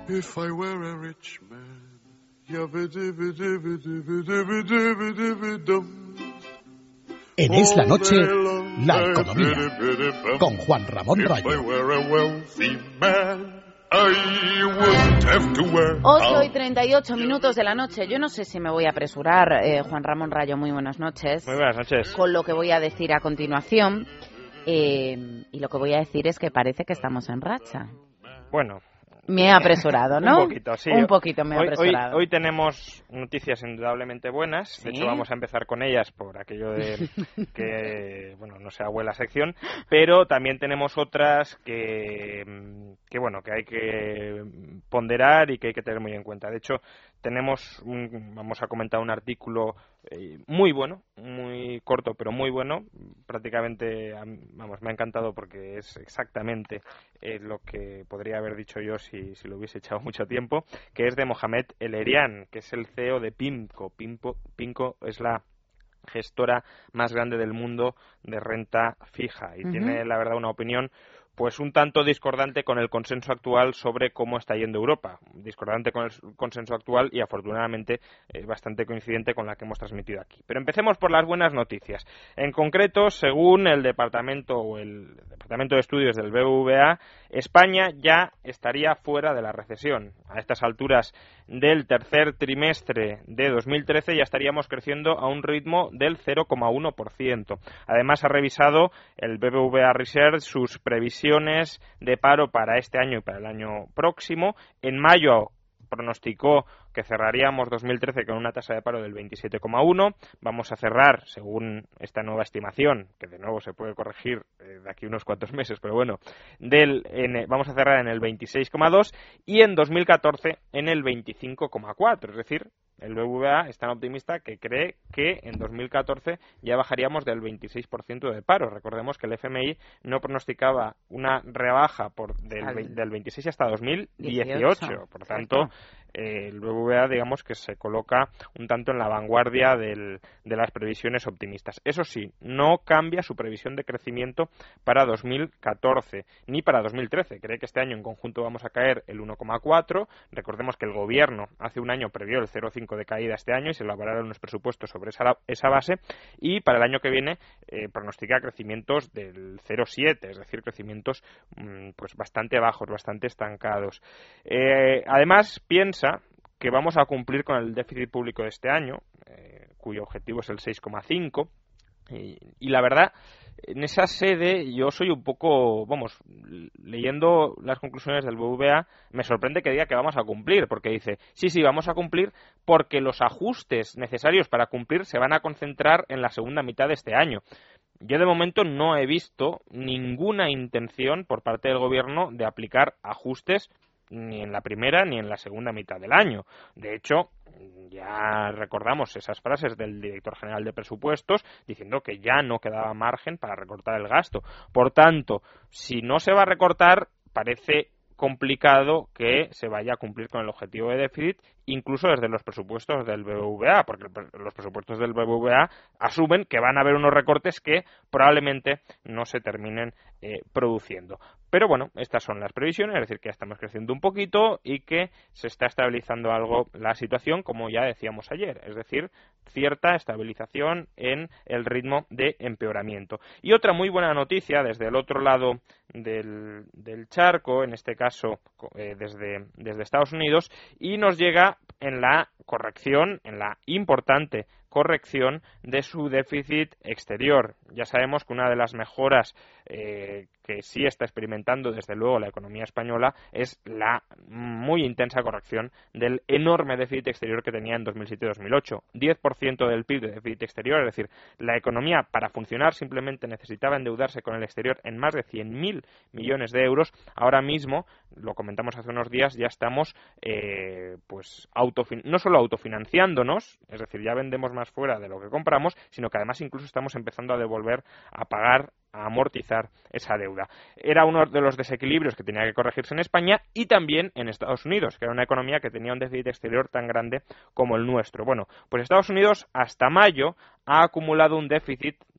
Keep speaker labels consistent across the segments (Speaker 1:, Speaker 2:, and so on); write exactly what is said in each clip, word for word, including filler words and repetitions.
Speaker 1: If I were a rich man.
Speaker 2: En Es la Noche, la economía, con Juan Ramón Rayo.
Speaker 3: ocho y treinta y ocho minutos de la noche. Yo no sé si me voy a apresurar, eh, Juan Ramón Rayo, muy buenas noches.
Speaker 4: Muy buenas noches.
Speaker 3: Con lo que voy a decir a continuación. Eh, y lo que voy a decir es que parece que estamos en racha.
Speaker 4: Bueno...
Speaker 3: Me he apresurado, ¿no?
Speaker 4: Un poquito, sí.
Speaker 3: Un poquito me he
Speaker 4: hoy,
Speaker 3: apresurado.
Speaker 4: Hoy, hoy tenemos noticias indudablemente buenas. ¿Sí? De hecho, vamos a empezar con ellas por aquello de que, bueno, no sea buena sección. Pero también tenemos otras que, que, bueno, que hay que ponderar y que hay que tener muy en cuenta. De hecho, tenemos, un, vamos a comentar un artículo eh, muy bueno, muy corto, pero muy bueno. Prácticamente, vamos, me ha encantado porque es exactamente eh, lo que podría haber dicho yo si, si lo hubiese echado mucho tiempo, que es de Mohamed El-Erian, que es el C E O de PIMCO. PIMCO, PIMCO es la gestora más grande del mundo de renta fija y uh-huh. tiene, la verdad, una opinión pues un tanto discordante con el consenso actual sobre cómo está yendo Europa. Discordante con el consenso actual y, afortunadamente, eh, bastante coincidente con la que hemos transmitido aquí. Pero empecemos por las buenas noticias. En concreto, según el Departamento o el Departamento de Estudios del B B V A, España ya estaría fuera de la recesión. A estas alturas del tercer trimestre de dos mil trece ya estaríamos creciendo a un ritmo del cero coma uno por ciento. Además, ha revisado el B B V A Research sus previsiones de paro para este año y para el año próximo. En mayo pronosticó que cerraríamos dos mil trece con una tasa de paro del veintisiete coma uno. Vamos a cerrar, según esta nueva estimación, que de nuevo se puede corregir eh, de aquí unos cuantos meses, pero bueno, del, en, vamos a cerrar en el veintiséis coma dos y en dos mil catorce en el veinticinco coma cuatro. Es decir, el B B V A es tan optimista que cree que en dos mil catorce ya bajaríamos del veintiséis por ciento de paro. Recordemos que el F M I no pronosticaba una rebaja por del, del veintiséis hasta dos mil dieciocho. Por tanto, eh, el B B V A, digamos que se coloca un tanto en la vanguardia del, de las previsiones optimistas. Eso sí, no cambia su previsión de crecimiento para dos mil catorce ni para dos mil trece. Cree que este año en conjunto vamos a caer el uno coma cuatro. Recordemos que el gobierno hace un año previó el cero coma cinco de caída este año y se elaboraron unos presupuestos sobre esa, esa base, y para el año que viene eh, pronostica crecimientos del cero coma siete, es decir, crecimientos mmm, pues bastante bajos, bastante estancados. Eh, además, piensa que vamos a cumplir con el déficit público de este año, eh, cuyo objetivo es el seis coma cinco, y, y la verdad, en esa sede yo soy un poco, vamos, leyendo las conclusiones del B B V A, me sorprende que diga que vamos a cumplir, porque dice, sí, sí, vamos a cumplir porque los ajustes necesarios para cumplir se van a concentrar en la segunda mitad de este año. Yo de momento no he visto ninguna intención por parte del gobierno de aplicar ajustes ni en la primera ni en la segunda mitad del año. De hecho, ya recordamos esas frases del director general de presupuestos diciendo que ya no quedaba margen para recortar el gasto. Por tanto, si no se va a recortar, parece complicado que se vaya a cumplir con el objetivo de déficit, incluso desde los presupuestos del B B V A, porque los presupuestos del B B V A asumen que van a haber unos recortes que probablemente no se terminen eh, produciendo. Pero bueno, estas son las previsiones, es decir, que ya estamos creciendo un poquito y que se está estabilizando algo la situación, como ya decíamos ayer, es decir, cierta estabilización en el ritmo de empeoramiento. Y otra muy buena noticia desde el otro lado del, del charco, en este caso eh, desde, desde Estados Unidos, y nos llega en la corrección, en la importante corrección de su déficit exterior. Ya sabemos que una de las mejoras eh, que sí está experimentando desde luego la economía española es la muy intensa corrección del enorme déficit exterior que tenía en dos mil siete dos mil ocho. diez por ciento del P I B de déficit exterior, es decir, la economía para funcionar simplemente necesitaba endeudarse con el exterior en más de cien mil millones de euros. Ahora mismo, lo comentamos hace unos días, ya estamos eh, pues autofin- no solo autofinanciándonos, es decir, ya vendemos más fuera de lo que compramos, sino que además incluso estamos empezando a devolver, a pagar, a amortizar esa deuda. Era uno de los desequilibrios que tenía que corregirse en España y también en Estados Unidos, que era una economía que tenía un déficit exterior tan grande como el nuestro. Bueno, pues Estados Unidos hasta mayo ha acumulado un déficit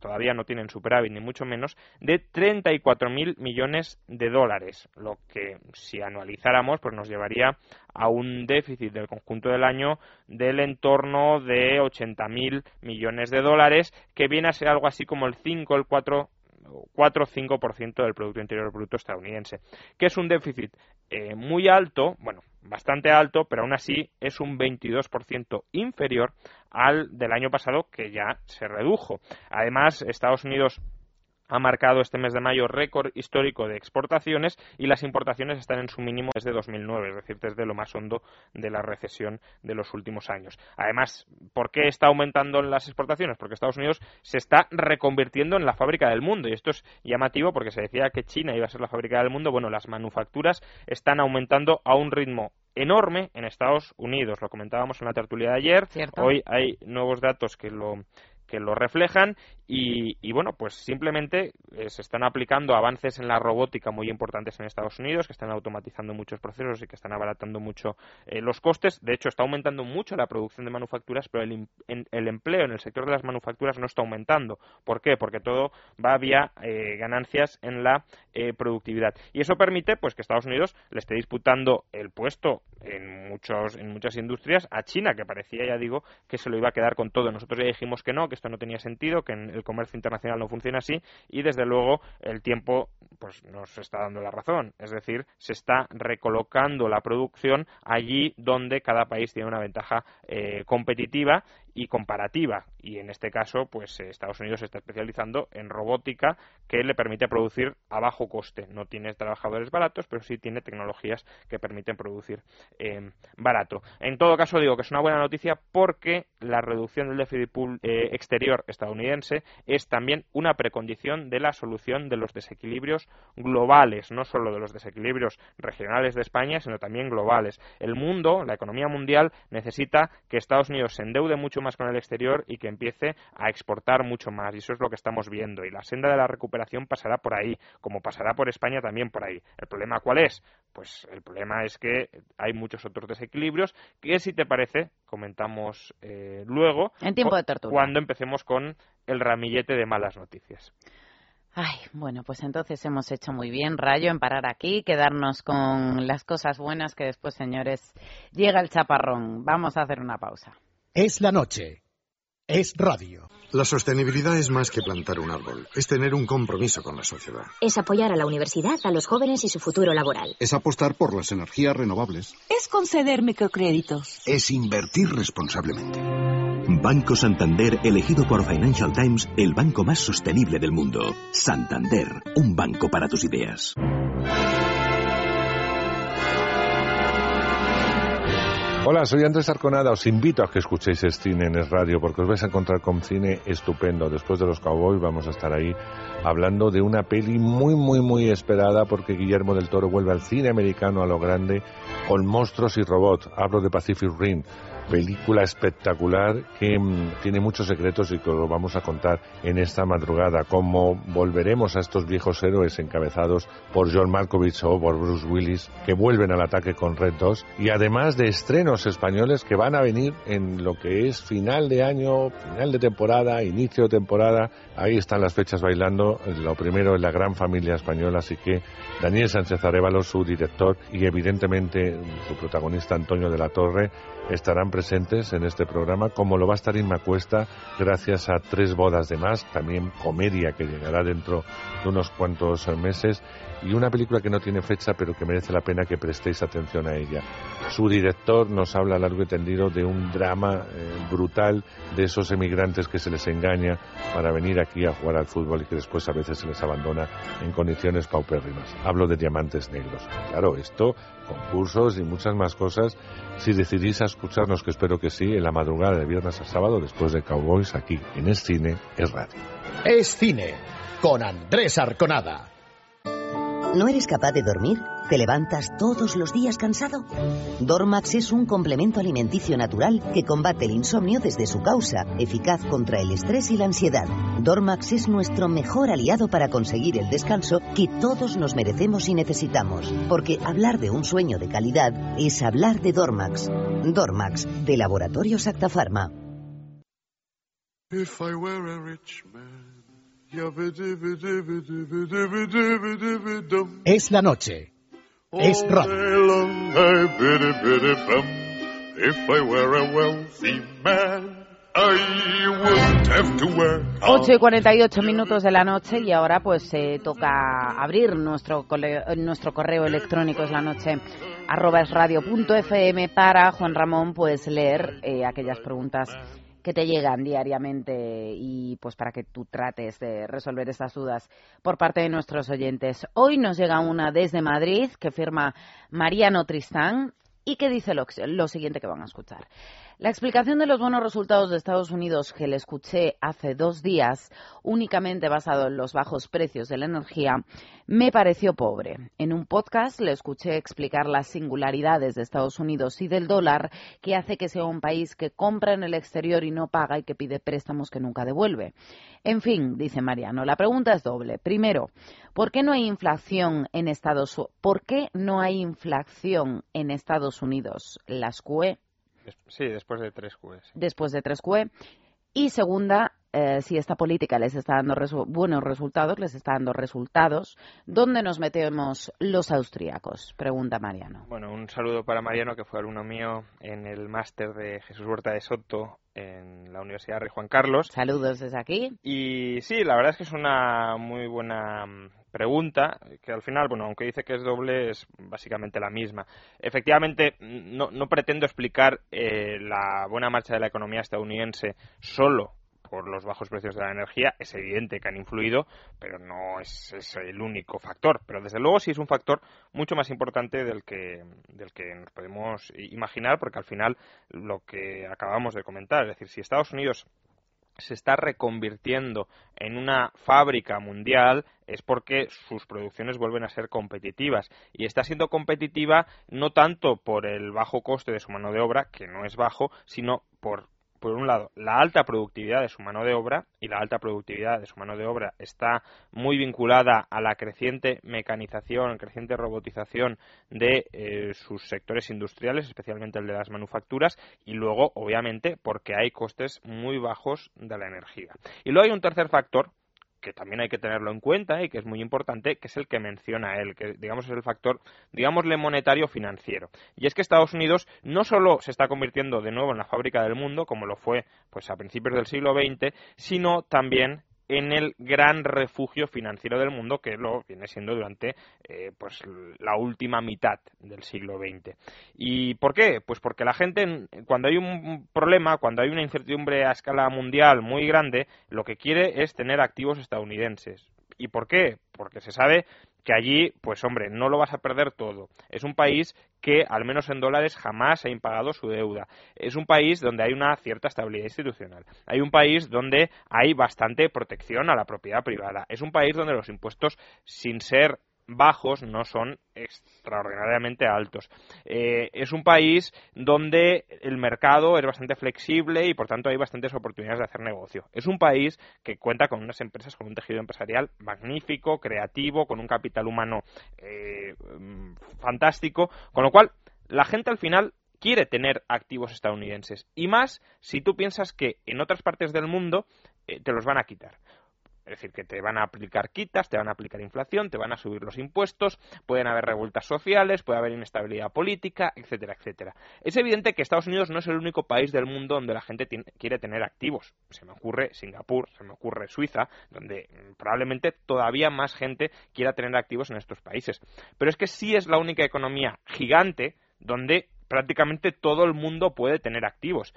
Speaker 4: todavía no tienen superávit ni mucho menos, de treinta y cuatro mil millones de dólares, lo que si anualizáramos pues nos llevaría a un déficit del conjunto del año del entorno de ochenta mil millones de dólares, que viene a ser algo así como el cinco, el cuatro cuatro o cinco por ciento del Producto Interior Bruto estadounidense, que es un déficit eh, muy alto, bueno, bastante alto, pero aún así es un veintidós por ciento inferior al del año pasado, que ya se redujo. Además, Estados Unidos ha marcado este mes de mayo récord histórico de exportaciones y las importaciones están en su mínimo desde dos mil nueve, es decir, desde lo más hondo de la recesión de los últimos años. Además, ¿por qué está aumentando las exportaciones? Porque Estados Unidos se está reconvirtiendo en la fábrica del mundo, y esto es llamativo porque se decía que China iba a ser la fábrica del mundo. Bueno, las manufacturas están aumentando a un ritmo enorme en Estados Unidos. Lo comentábamos en la tertulia de ayer.
Speaker 3: ¿Cierto?
Speaker 4: Hoy hay nuevos datos que lo que lo reflejan y, y bueno, pues simplemente eh, se están aplicando avances en la robótica muy importantes en Estados Unidos, que están automatizando muchos procesos y que están abaratando mucho eh, los costes. De hecho, está aumentando mucho la producción de manufacturas, pero el, en, el empleo en el sector de las manufacturas no está aumentando. ¿Por qué? Porque todo va vía eh, ganancias en la eh, productividad. Y eso permite pues que Estados Unidos le esté disputando el puesto en muchos en muchas industrias a China, que parecía, ya digo, que se lo iba a quedar con todo. Nosotros ya dijimos que no, que esto no tenía sentido, que en el comercio internacional no funciona así, y desde luego el tiempo pues nos está dando la razón. Es decir, se está recolocando la producción allí donde cada país tiene una ventaja eh, competitiva y comparativa, y en este caso pues Estados Unidos se está especializando en robótica que le permite producir a bajo coste. No tiene trabajadores baratos, pero sí tiene tecnologías que permiten producir eh, barato. En todo caso, digo que es una buena noticia porque la reducción del déficit eh, exterior estadounidense es también una precondición de la solución de los desequilibrios globales, no solo de los desequilibrios regionales de España, sino también globales. El mundo, la economía mundial, necesita que Estados Unidos se endeude mucho más con el exterior y que empiece a exportar mucho más, y eso es lo que estamos viendo, y la senda de la recuperación pasará por ahí, como pasará por España también por ahí. ¿El problema cuál es? Pues el problema es que hay muchos otros desequilibrios que, si te parece, comentamos eh, luego
Speaker 3: en tiempo de tertulia,
Speaker 4: cuando empecemos con el ramillete de malas noticias.
Speaker 3: Ay, bueno, pues entonces hemos hecho muy bien, Rayo, en parar aquí, quedarnos con las cosas buenas, que después, señores, llega el chaparrón. Vamos a hacer una pausa.
Speaker 2: Es la noche. Es radio.
Speaker 1: La sostenibilidad es más que plantar un árbol. Es tener un compromiso con la sociedad.
Speaker 5: Es apoyar a la universidad, a los jóvenes y su futuro laboral.
Speaker 6: Es apostar por las energías renovables.
Speaker 7: Es conceder microcréditos.
Speaker 6: Es invertir responsablemente.
Speaker 8: Banco Santander, elegido por Financial Times, el banco más sostenible del mundo. Santander, un banco para tus ideas.
Speaker 9: Hola, soy Andrés Arconada. Os invito a que escuchéis Es Cine en Es Radio, porque os vais a encontrar con cine estupendo. Después de los Cowboys vamos a estar ahí hablando de una peli muy, muy, muy esperada, porque Guillermo del Toro vuelve al cine americano a lo grande con monstruos y robots. Hablo de Pacific Rim, película espectacular que mmm, tiene muchos secretos y que os lo vamos a contar en esta madrugada. Cómo volveremos a estos viejos héroes encabezados por John Malkovich o por Bruce Willis, que vuelven al ataque con Red dos, y además de estrenos españoles que van a venir en lo que es final de año, final de temporada, inicio de temporada. Ahí están las fechas bailando. Lo primero es La Gran Familia Española, así que Daniel Sánchez Arévalo, su director, y evidentemente su protagonista Antonio de la Torre estarán presentes en este programa, como lo va a estar Inma Cuesta, gracias a Tres bodas de más, también comedia que llegará dentro de unos cuantos meses, y una película que no tiene fecha pero que merece la pena que prestéis atención a ella. Su director nos habla largo y tendido de un drama eh, brutal de esos emigrantes que se les engaña para venir aquí a jugar al fútbol y que después a veces se les abandona en condiciones paupérrimas. Hablo de Diamantes Negros. Claro, esto, concursos y muchas más cosas, si decidís a escucharnos, que espero que sí, en la madrugada de viernes a sábado, después de Cowboys, aquí en Es Cine, Es Radio.
Speaker 2: Es Cine, con Andrés Arconada.
Speaker 10: ¿No eres capaz de dormir? ¿Te levantas todos los días cansado? Dormax es un complemento alimenticio natural que combate el insomnio desde su causa, eficaz contra el estrés y la ansiedad. Dormax es nuestro mejor aliado para conseguir el descanso que todos nos merecemos y necesitamos, porque hablar de un sueño de calidad es hablar de Dormax. Dormax, de Laboratorios Acta Pharma.
Speaker 1: If I were a rich man.
Speaker 2: Es la noche. Es radio.
Speaker 3: ocho y cuarenta y ocho minutos de la noche y ahora pues eh, toca abrir nuestro, cole, nuestro correo electrónico es la noche arroba es radio punto f m para, Juan Ramón, pues leer eh, aquellas preguntas que te llegan diariamente y pues para que tú trates de resolver estas dudas por parte de nuestros oyentes. Hoy nos llega una desde Madrid que firma Mariano Tristán y que dice lo, lo siguiente que van a escuchar. La explicación de los buenos resultados de Estados Unidos que le escuché hace dos días, únicamente basado en los bajos precios de la energía, me pareció pobre. En un podcast le escuché explicar las singularidades de Estados Unidos y del dólar, que hace que sea un país que compra en el exterior y no paga y que pide préstamos que nunca devuelve. En fin, dice Mariano, la pregunta es doble. Primero, ¿por qué no hay inflación en Estados Unidos? ¿Por qué no hay inflación en Estados Unidos? Las Q E.
Speaker 4: Sí, después de tres Q E.
Speaker 3: Después de tres Q E. Y segunda, eh, si esta política les está dando resu- buenos resultados, les está dando resultados, ¿dónde nos metemos los austríacos? Pregunta Mariano.
Speaker 4: Bueno, un saludo para Mariano, que fue alumno mío en el máster de Jesús Huerta de Soto en la Universidad Rey Juan Carlos.
Speaker 3: Saludos desde aquí.
Speaker 4: Y sí, la verdad es que es una muy buena pregunta, que al final, bueno, aunque dice que es doble, es básicamente la misma. Efectivamente, no, no pretendo explicar eh, la buena marcha de la economía estadounidense solo por los bajos precios de la energía. Es evidente que han influido, pero no es, es el único factor. Pero desde luego sí es un factor mucho más importante del que, del que nos podemos imaginar, porque al final lo que acabamos de comentar, es decir, si Estados Unidos se está reconvirtiendo en una fábrica mundial, es porque sus producciones vuelven a ser competitivas. Y está siendo competitiva no tanto por el bajo coste de su mano de obra, que no es bajo, sino por, por un lado, la alta productividad de su mano de obra, y la alta productividad de su mano de obra está muy vinculada a la creciente mecanización, creciente robotización de eh, sus sectores industriales, especialmente el de las manufacturas, y luego, obviamente, porque hay costes muy bajos de la energía. Y luego hay un tercer factor que también hay que tenerlo en cuenta y que es muy importante, que es el que menciona él, que digamos es el factor, digámosle, monetario financiero. Y es que Estados Unidos no solo se está convirtiendo de nuevo en la fábrica del mundo, como lo fue pues a principios del siglo veinte, sino también en el gran refugio financiero del mundo, que lo viene siendo durante eh, pues la última mitad del siglo veinte. ¿Y por qué? Pues porque la gente, cuando hay un problema, cuando hay una incertidumbre a escala mundial muy grande, lo que quiere es tener activos estadounidenses. ¿Y por qué? Porque se sabe que allí, pues hombre, no lo vas a perder todo. Es un país que, al menos en dólares, jamás ha impagado su deuda. Es un país donde hay una cierta estabilidad institucional. Hay un país donde hay bastante protección a la propiedad privada. Es un país donde los impuestos, sin ser bajos, no son extraordinariamente altos. Eh, es un país donde el mercado es bastante flexible y por tanto hay bastantes oportunidades de hacer negocio. Es un país que cuenta con unas empresas, con un tejido empresarial magnífico, creativo, con un capital humano eh, fantástico, con lo cual la gente al final quiere tener activos estadounidenses, y más si tú piensas que en otras partes del mundo eh, te los van a quitar. Es decir, que te van a aplicar quitas, te van a aplicar inflación, te van a subir los impuestos, pueden haber revueltas sociales, puede haber inestabilidad política, etcétera, etcétera. Es evidente que Estados Unidos no es el único país del mundo donde la gente tiene, quiere tener activos. Se me ocurre Singapur, se me ocurre Suiza, donde probablemente todavía más gente quiera tener activos en estos países. Pero es que sí es la única economía gigante donde prácticamente todo el mundo puede tener activos.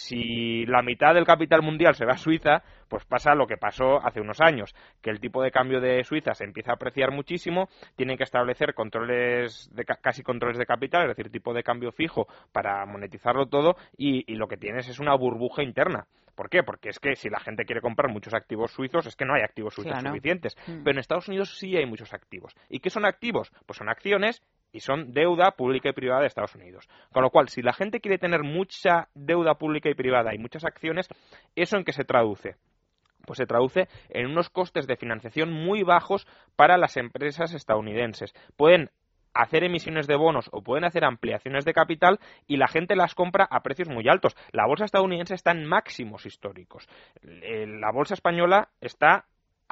Speaker 4: Si la mitad del capital mundial se va a Suiza, pues pasa lo que pasó hace unos años, que el tipo de cambio de Suiza se empieza a apreciar muchísimo, tienen que establecer controles de, casi controles de capital, es decir, tipo de cambio fijo para monetizarlo todo, y, y lo que tienes es una burbuja interna. ¿Por qué? Porque es que si la gente quiere comprar muchos activos suizos, es que no hay activos suizos claro. suficientes. Mm. Pero en Estados Unidos sí hay muchos activos. ¿Y qué son activos? Pues son acciones y son deuda pública y privada de Estados Unidos. Con lo cual, si la gente quiere tener mucha deuda pública y privada y muchas acciones, ¿eso en qué se traduce? Pues se traduce en unos costes de financiación muy bajos para las empresas estadounidenses. Pueden hacer emisiones de bonos o pueden hacer ampliaciones de capital y la gente las compra a precios muy altos. La bolsa estadounidense está en máximos históricos. La bolsa española está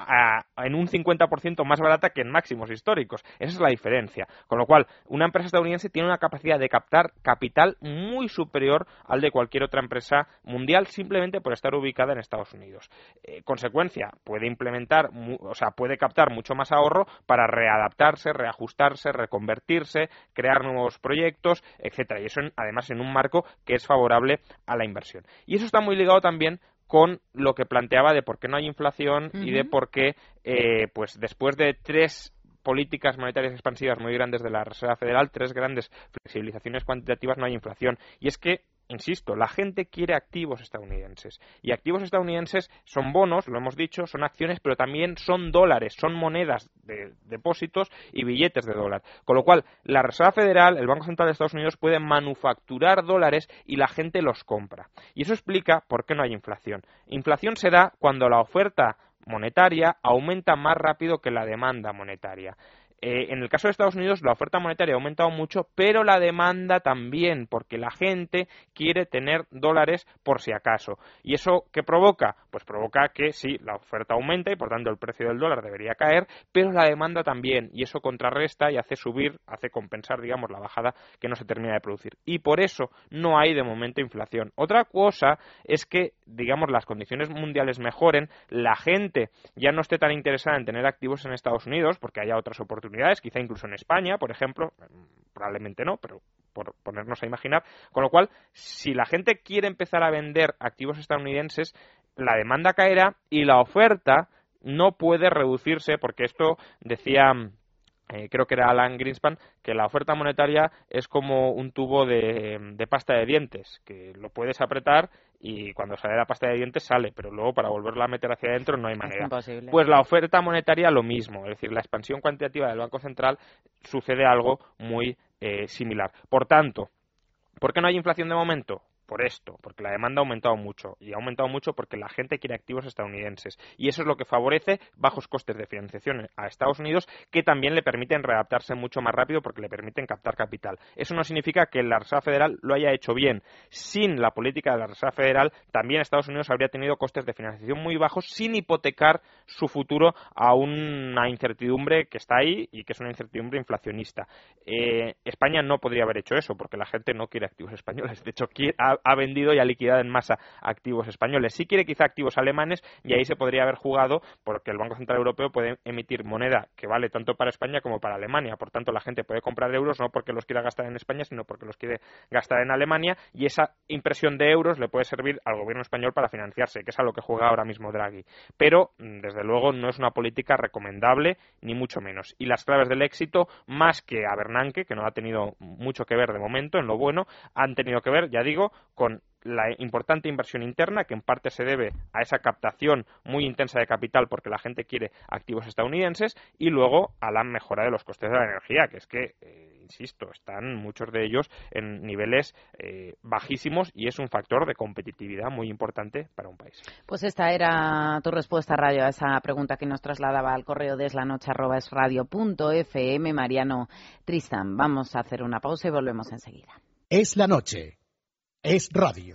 Speaker 4: a, en un cincuenta por ciento más barata que en máximos históricos. Esa es la diferencia. Con lo cual, una empresa estadounidense tiene una capacidad de captar capital muy superior al de cualquier otra empresa mundial, simplemente por estar ubicada en Estados Unidos. Eh, consecuencia, puede implementar, mu- o sea, puede captar mucho más ahorro para readaptarse, reajustarse, reconvertirse, crear nuevos proyectos, etcétera. Y eso, en, además, en un marco que es favorable a la inversión. Y eso está muy ligado también con lo que planteaba de por qué no hay inflación uh-huh. y de por qué, eh, pues después de tres políticas monetarias expansivas muy grandes de la Reserva Federal, tres grandes flexibilizaciones cuantitativas, no hay inflación. Y es que, insisto, la gente quiere activos estadounidenses. Y activos estadounidenses son bonos, lo hemos dicho, son acciones, pero también son dólares, son monedas de depósitos y billetes de dólar. Con lo cual, la Reserva Federal, el Banco Central de Estados Unidos, puede manufacturar dólares y la gente los compra. Y eso explica por qué no hay inflación. Inflación se da cuando la oferta monetaria aumenta más rápido que la demanda monetaria. Eh, en el caso de Estados Unidos, la oferta monetaria ha aumentado mucho, pero la demanda también, porque la gente quiere tener dólares por si acaso. ¿Y eso qué provoca? Pues provoca que sí, la oferta aumenta y por tanto el precio del dólar debería caer, pero la demanda también, y eso contrarresta y hace subir, hace compensar, digamos, la bajada que no se termina de producir. Y por eso no hay de momento inflación. Otra cosa es que, digamos, las condiciones mundiales mejoren, la gente ya no esté tan interesada en tener activos en Estados Unidos, porque haya otras oportunidades, quizá incluso en España, por ejemplo, probablemente no, pero por ponernos a imaginar, con lo cual, si la gente quiere empezar a vender activos estadounidenses, la demanda caerá y la oferta no puede reducirse, porque esto decía... Eh, creo que era Alan Greenspan, que la oferta monetaria es como un tubo de, de pasta de dientes, que lo puedes apretar y cuando sale la pasta de dientes sale, pero luego para volverla a meter hacia adentro no hay manera. Pues la oferta monetaria lo mismo, es decir, la expansión cuantitativa del Banco Central sucede algo muy eh, similar. Por tanto, ¿por qué no hay inflación de momento? Por esto, porque la demanda ha aumentado mucho, y ha aumentado mucho porque la gente quiere activos estadounidenses, y eso es lo que favorece bajos costes de financiación a Estados Unidos, que también le permiten readaptarse mucho más rápido porque le permiten captar capital. Eso no significa que la Reserva Federal lo haya hecho bien. Sin la política de la Reserva Federal, también Estados Unidos habría tenido costes de financiación muy bajos sin hipotecar su futuro a una incertidumbre que está ahí y que es una incertidumbre inflacionista. Eh, España no podría haber hecho eso porque la gente no quiere activos españoles. De hecho, quiere, ha, ha vendido y ha liquidado en masa activos españoles. Sí quiere quizá activos alemanes y ahí se podría haber jugado porque el Banco Central Europeo puede emitir moneda que vale tanto para España como para Alemania. Por tanto, la gente puede comprar euros no porque los quiera gastar en España, sino porque los quiere gastar en Alemania, y esa impresión de euros le puede servir al gobierno español para financiarse, que es a lo que juega ahora mismo Draghi. Pero, desde luego, no es una política recomendable, ni mucho menos. Y las claves del éxito, más que a Bernanke, que no ha tenido mucho que ver de momento en lo bueno, han tenido que ver, ya digo, con la importante inversión interna, que en parte se debe a esa captación muy intensa de capital porque la gente quiere activos estadounidenses, y luego a la mejora de los costes de la energía, que es que, eh, insisto, están muchos de ellos en niveles eh, bajísimos y es un factor de competitividad muy importante para un país.
Speaker 3: Pues esta era tu respuesta, Rayo, a esa pregunta que nos trasladaba al correo de eslanoche arroba esradio punto f m Mariano Tristan. Vamos a hacer una pausa y volvemos enseguida.
Speaker 2: Es la noche. Es radio.